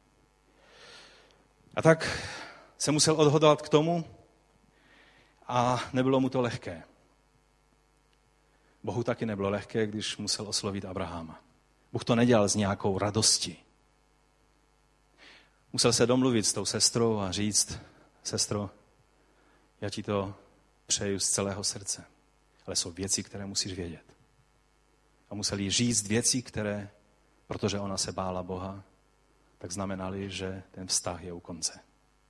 A tak se musel odhodlat k tomu a nebylo mu to lehké. Bohu taky nebylo lehké, když musel oslovit Abrahama. Bůh to nedělal s nějakou radostí. Musel se domluvit s tou sestrou a říct, sestro, já ti to přeju z celého srdce, ale jsou věci, které musíš vědět. A musel jí říct věci, které, protože ona se bála Boha, tak znamenaly, že ten vztah je u konce.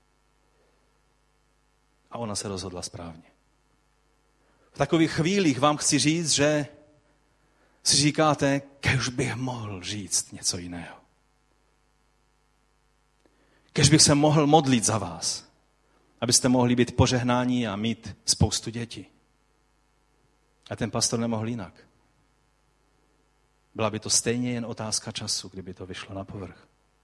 A ona se rozhodla správně. V takových chvílích vám chci říct, že si říkáte, kež bych mohl říct něco jiného. Kež bych se mohl modlit za vás, abyste mohli být požehnáni a mít spoustu dětí. A ten pastor nemohl jinak. Byla by to stejně jen otázka času, kdyby to vyšlo na povrch.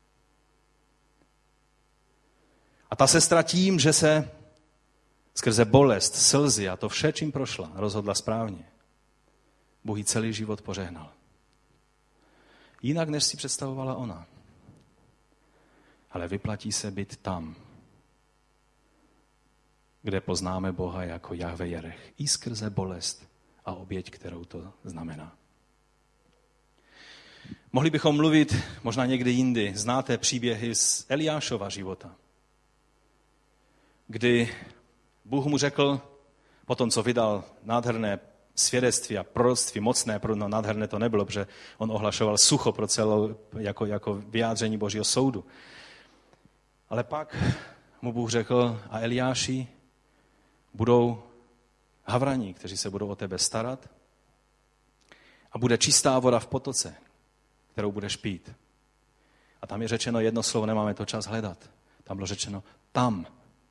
A ta sestra tím, že se skrze bolest, slzy a to vše, čím prošla, rozhodla správně, Bůh jí celý život požehnal. Jinak, než si představovala ona. Ale vyplatí se být tam, kde poznáme Boha jako Jahve Jerech. I skrze bolest a oběť, kterou to znamená. Mohli bychom mluvit možná někdy jindy. Znáte příběhy z Eliášova života, kdy Bůh mu řekl, potom co vydal nádherné svědectví a proroctví mocné, no nádherné to nebylo, protože on ohlašoval sucho pro celou, jako vyjádření Božího soudu. Ale pak mu Bůh řekl, a Eliáši, budou havrani, kteří se budou o tebe starat a bude čistá voda v potoce, kterou budeš pít. A tam je řečeno jedno slovo, nemáme to čas hledat. Tam bylo řečeno, tam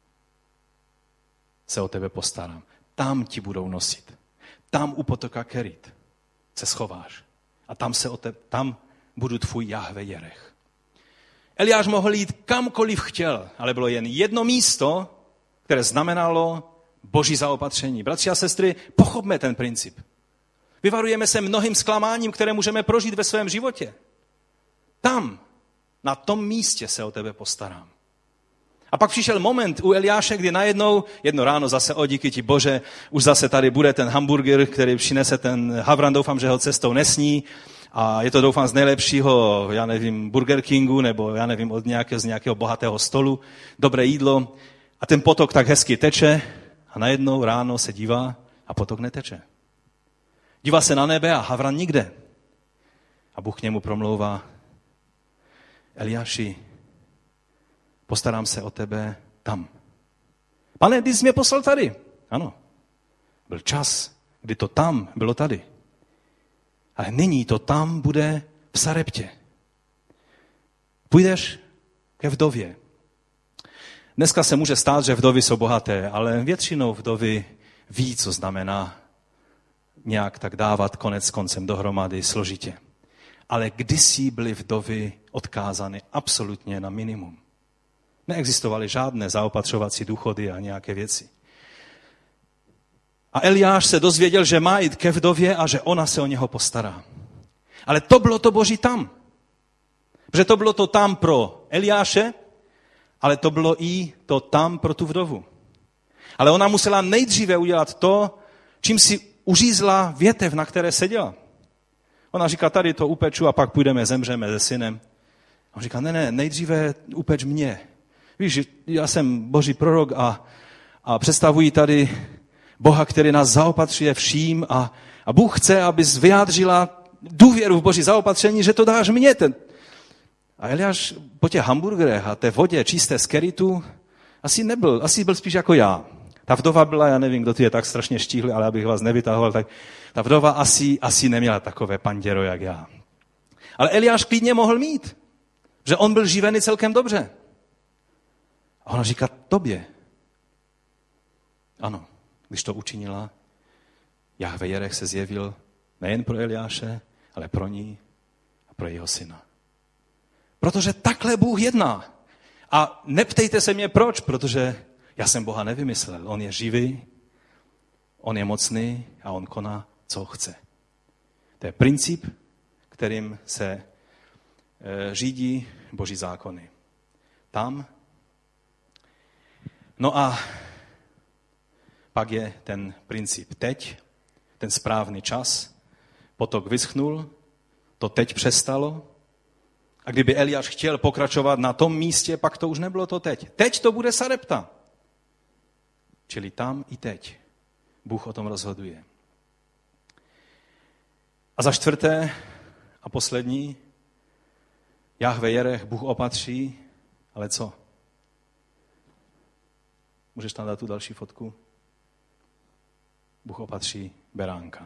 se o tebe postarám. Tam ti budou nosit. Tam u potoka Kerit se schováš. A tam budu tvůj Jahve Jerech. Eliáš mohl jít kamkoliv chtěl, ale bylo jen jedno místo, které znamenalo Boží zaopatření. Bratři a sestry, pochopme ten princip. Vyvarujeme se mnohým zklamáním, které můžeme prožít ve svém životě. Tam, na tom místě se o tebe postarám. A pak přišel moment u Eliáše, kdy najednou, jedno ráno zase, díky ti Bože, už zase tady bude ten hamburger, který přinese ten havran, doufám, že ho cestou nesní. A je to, doufám, z nejlepšího, já nevím, Burger Kingu, nebo já nevím, z nějakého bohatého stolu. Dobré jídlo. A ten potok tak hezky teče a najednou ráno se dívá a potok neteče. Dívá se na nebe a havran nikde. A Bůh k němu promlouvá, Eliáši, postarám se o tebe tam. Pane, ty jsi mě poslal tady. Ano, byl čas, kdy to tam bylo tady. Ale nyní to tam bude v Sareptě. Půjdeš ke vdově. Dneska se může stát, že vdovy jsou bohaté, ale většinou vdovy ví, co znamená nějak tak dávat konec koncem dohromady složitě. Ale kdysi byly vdovy odkázány absolutně na minimum. Neexistovaly žádné zaopatřovací důchody a nějaké věci. A Eliáš se dozvěděl, že má jít ke vdově a že ona se o něho postará. Ale to bylo to Boží tam. Protože to bylo to tam pro Eliáše, ale to bylo i to tam pro tu vdovu. Ale ona musela nejdříve udělat to, čím si uřízla větev, na které seděla. Ona říká, tady to upeču a pak půjdeme, zemřeme se synem. A on říká, ne, nejdříve upeč mě. Víš, já jsem Boží prorok a představuji tady Boha, který nás zaopatřuje vším a Bůh chce, abys vyjádřila důvěru v Boží zaopatření, že to dáš mně. A Eliáš po těch hamburgerech a té vodě čisté z keritu asi byl spíš jako já. Ta vdova byla, já nevím, kdo tu je tak strašně štíhlý, ale abych vás nevytahoval, tak ta vdova asi neměla takové panděro, jak já. Ale Eliáš klidně mohl mít, že on byl živený celkem dobře. A ona říká, tobě. Ano, když to učinila, Jahve Jerech se zjevil nejen pro Eliáše, ale pro ní a pro jeho syna. Protože takhle Bůh jedná. A neptejte se mě proč, protože já jsem Boha nevymyslel. On je živý, on je mocný a on koná, co chce. To je princip, kterým se řídí Boží zákony. Tam. No a pak je ten princip teď, ten správný čas, potok vyschnul, to teď přestalo. A kdyby Eliáš chtěl pokračovat na tom místě, pak to už nebylo to teď. Teď to bude Sarepta. Čili tam i teď. Bůh o tom rozhoduje. A za čtvrté a poslední, Jahve Jerech, Bůh opatří, ale co? Můžeš tam dát tu další fotku? Bůh opatří beránka.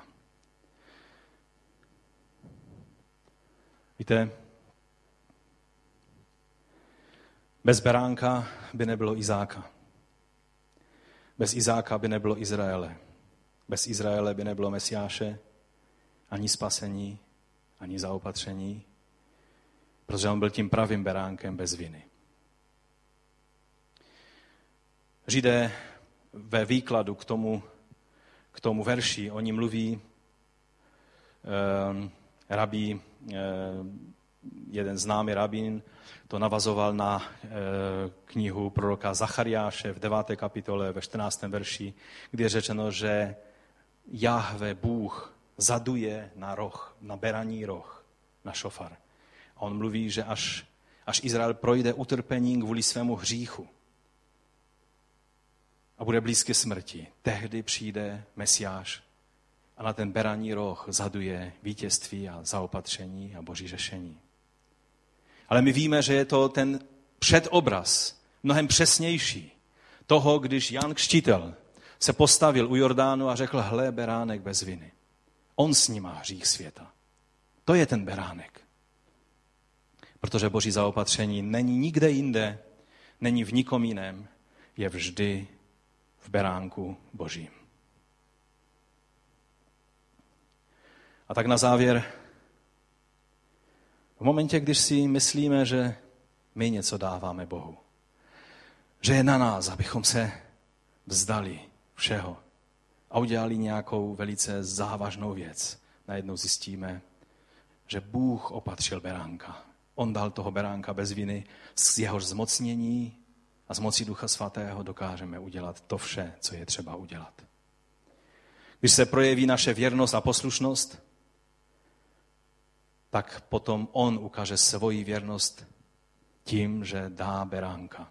Víte, bez beránka by nebylo Izáka. Bez Izáka by nebylo Izraele. Bez Izraele by nebylo Mesiáše, ani spasení, ani zaopatření, protože on byl tím pravým beránkem bez viny. Židé ve výkladu k tomu verši, oni mluví, jeden známý rabín to navazoval na knihu proroka Zachariáše v 9. kapitole ve 14. verši, kde je řečeno, že Jahve, Bůh, zaduje na roh, na beraní roh, na šofar. A on mluví, že až Izrael projde utrpením kvůli svému hříchu a bude blízké smrti, tehdy přijde Mesiáš a na ten beraní roh zaduje vítězství a zaopatření a Boží řešení. Ale my víme, že je to ten předobraz, mnohem přesnější, toho, když Jan Křtitel se postavil u Jordánu a řekl, hle, beránek bez viny. On snímá hřích světa. To je ten beránek. Protože Boží zaopatření není nikde jinde, není v nikom jiném, je vždy v beránku Božím. A tak na závěr, v momentě, když si myslíme, že my něco dáváme Bohu, že je na nás, abychom se vzdali všeho a udělali nějakou velice závažnou věc, najednou zjistíme, že Bůh opatřil beránka. On dal toho beránka bez viny, z jehož zmocnění a z moci Ducha Svatého dokážeme udělat to vše, co je třeba udělat. Když se projeví naše věrnost a poslušnost, tak potom on ukáže svoji věrnost tím, že dá beránka.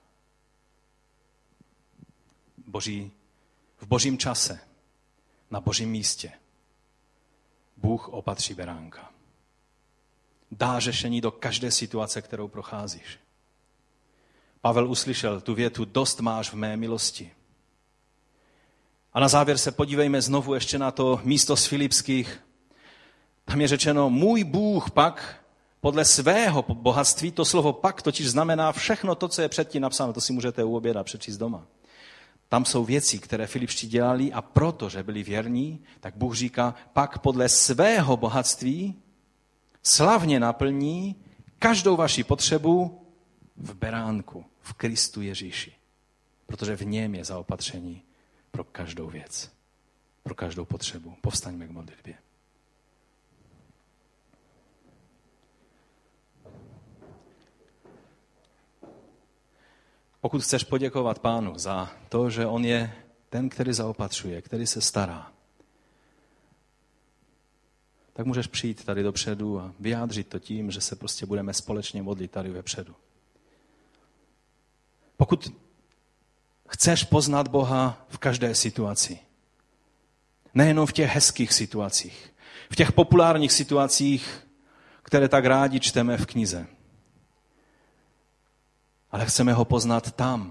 V Božím čase, na Božím místě, Bůh opatří beránka. Dá řešení do každé situace, kterou procházíš. Pavel uslyšel tu větu, dost máš v mé milosti. A na závěr se podívejme znovu ještě na to místo z Filipských. Tam je řečeno, můj Bůh pak podle svého bohatství, to slovo pak totiž znamená všechno to, co je předtím napsáno, to si můžete u oběda přečíst doma. Tam jsou věci, které Filipští dělali a protože byli věrní, tak Bůh říká, pak podle svého bohatství slavně naplní každou vaši potřebu v beránku, v Kristu Ježíši. Protože v něm je zaopatření pro každou věc, pro každou potřebu. Povstaňme k modlitbě. Pokud chceš poděkovat Pánu za to, že on je ten, který zaopatřuje, který se stará, tak můžeš přijít tady dopředu a vyjádřit to tím, že se prostě budeme společně modlit tady vepředu. Pokud chceš poznat Boha v každé situaci, nejenom v těch hezkých situacích, v těch populárních situacích, které tak rádi čteme v knize, ale chceme ho poznat tam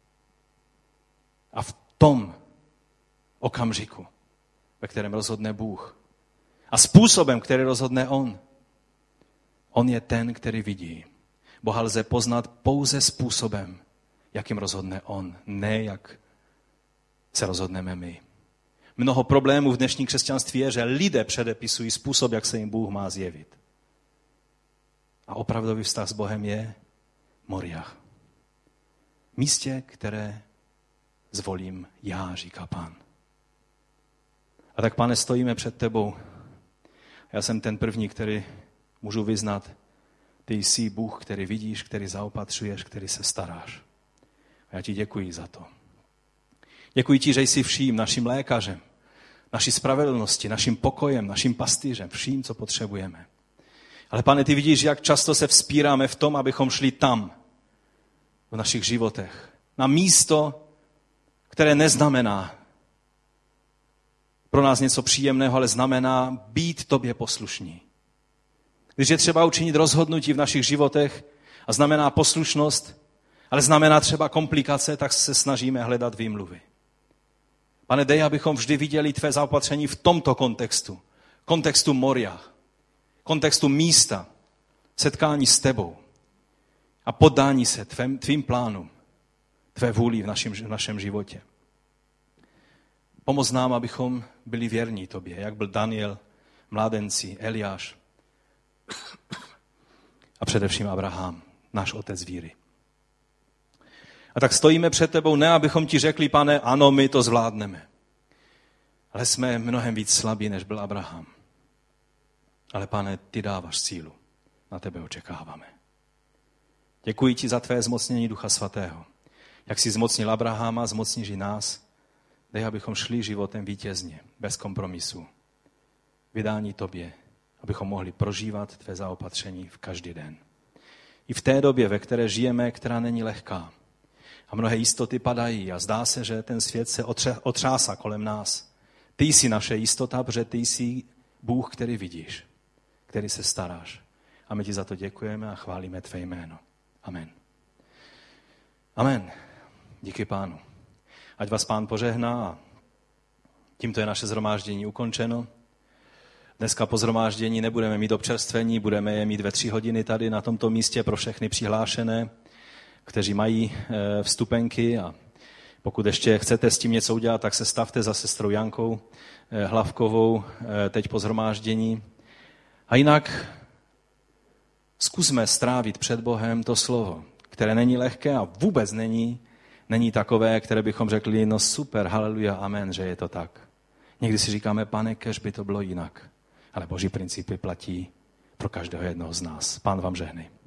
a v tom okamžiku, ve kterém rozhodne Bůh. A způsobem, který rozhodne on. On je ten, který vidí. Boha lze poznat pouze způsobem, jakým rozhodne on, ne jak se rozhodneme my. Mnoho problémů v dnešním křesťanství je, že lidé předepisují způsob, jak se jim Bůh má zjevit. A opravdový vztah s Bohem je Moriah. Místě, které zvolím já, říká Pán. A tak, Pane, stojíme před tebou. Já jsem ten první, který můžu vyznat, ty jsi Bůh, který vidíš, který zaopatřuješ, který se staráš. A já ti děkuji za to. Děkuji ti, že jsi vším naším lékařem, naší spravedlnosti, naším pokojem, naším pastýřem, vším, co potřebujeme. Ale, Pane, ty vidíš, jak často se vzpíráme v tom, abychom šli tam, v našich životech. Na místo, které neznamená pro nás něco příjemného, ale znamená být tobě poslušní. Když je třeba učinit rozhodnutí v našich životech a znamená poslušnost, ale znamená třeba komplikace, tak se snažíme hledat výmluvy. Pane, dej, abychom vždy viděli tvé zaopatření v tomto kontextu. Kontextu Moriah. Kontextu místa. Setkání s tebou. A poddání se tvým plánům. Tvé vůli v našem životě. Pomoz nám, abychom byli věrní tobě, jak byl Daniel, mládenci, Eliáš a především Abraham, náš otec víry. A tak stojíme před tebou, ne abychom ti řekli, Pane, ano, my to zvládneme. Ale jsme mnohem víc slabí, než byl Abraham. Ale, Pane, ty dáváš sílu. Na tebe očekáváme. Děkuji ti za tvé zmocnění Ducha Svatého. Jak jsi zmocnil Abrahama, zmocníš i nás. Dej, abychom šli životem vítězně, bez kompromisu. Vydání tobě, abychom mohli prožívat tvé zaopatření v každý den. I v té době, ve které žijeme, která není lehká. A mnohé jistoty padají a zdá se, že ten svět se otřásá kolem nás. Ty jsi naše jistota, protože ty jsi Bůh, který vidíš, který se staráš. A my ti za to děkujeme a chválíme tvé jméno. Amen. Amen. Díky Pánu. Ať vás Pán požehná a tímto je naše shromáždění ukončeno. Dneska po shromáždění nebudeme mít občerstvení, budeme je mít ve 3 hodiny tady na tomto místě pro všechny přihlášené, kteří mají vstupenky a pokud ještě chcete s tím něco udělat, tak se stavte za sestrou Jankou Hlavkovou teď po shromáždění. A jinak zkusme strávit před Bohem to slovo, které není lehké a vůbec není takové, které bychom řekli, no super, haleluja, amen, že je to tak. Někdy si říkáme, Pane, kéž by to bylo jinak. Ale Boží principy platí pro každého jednoho z nás. Pán vám žehnej.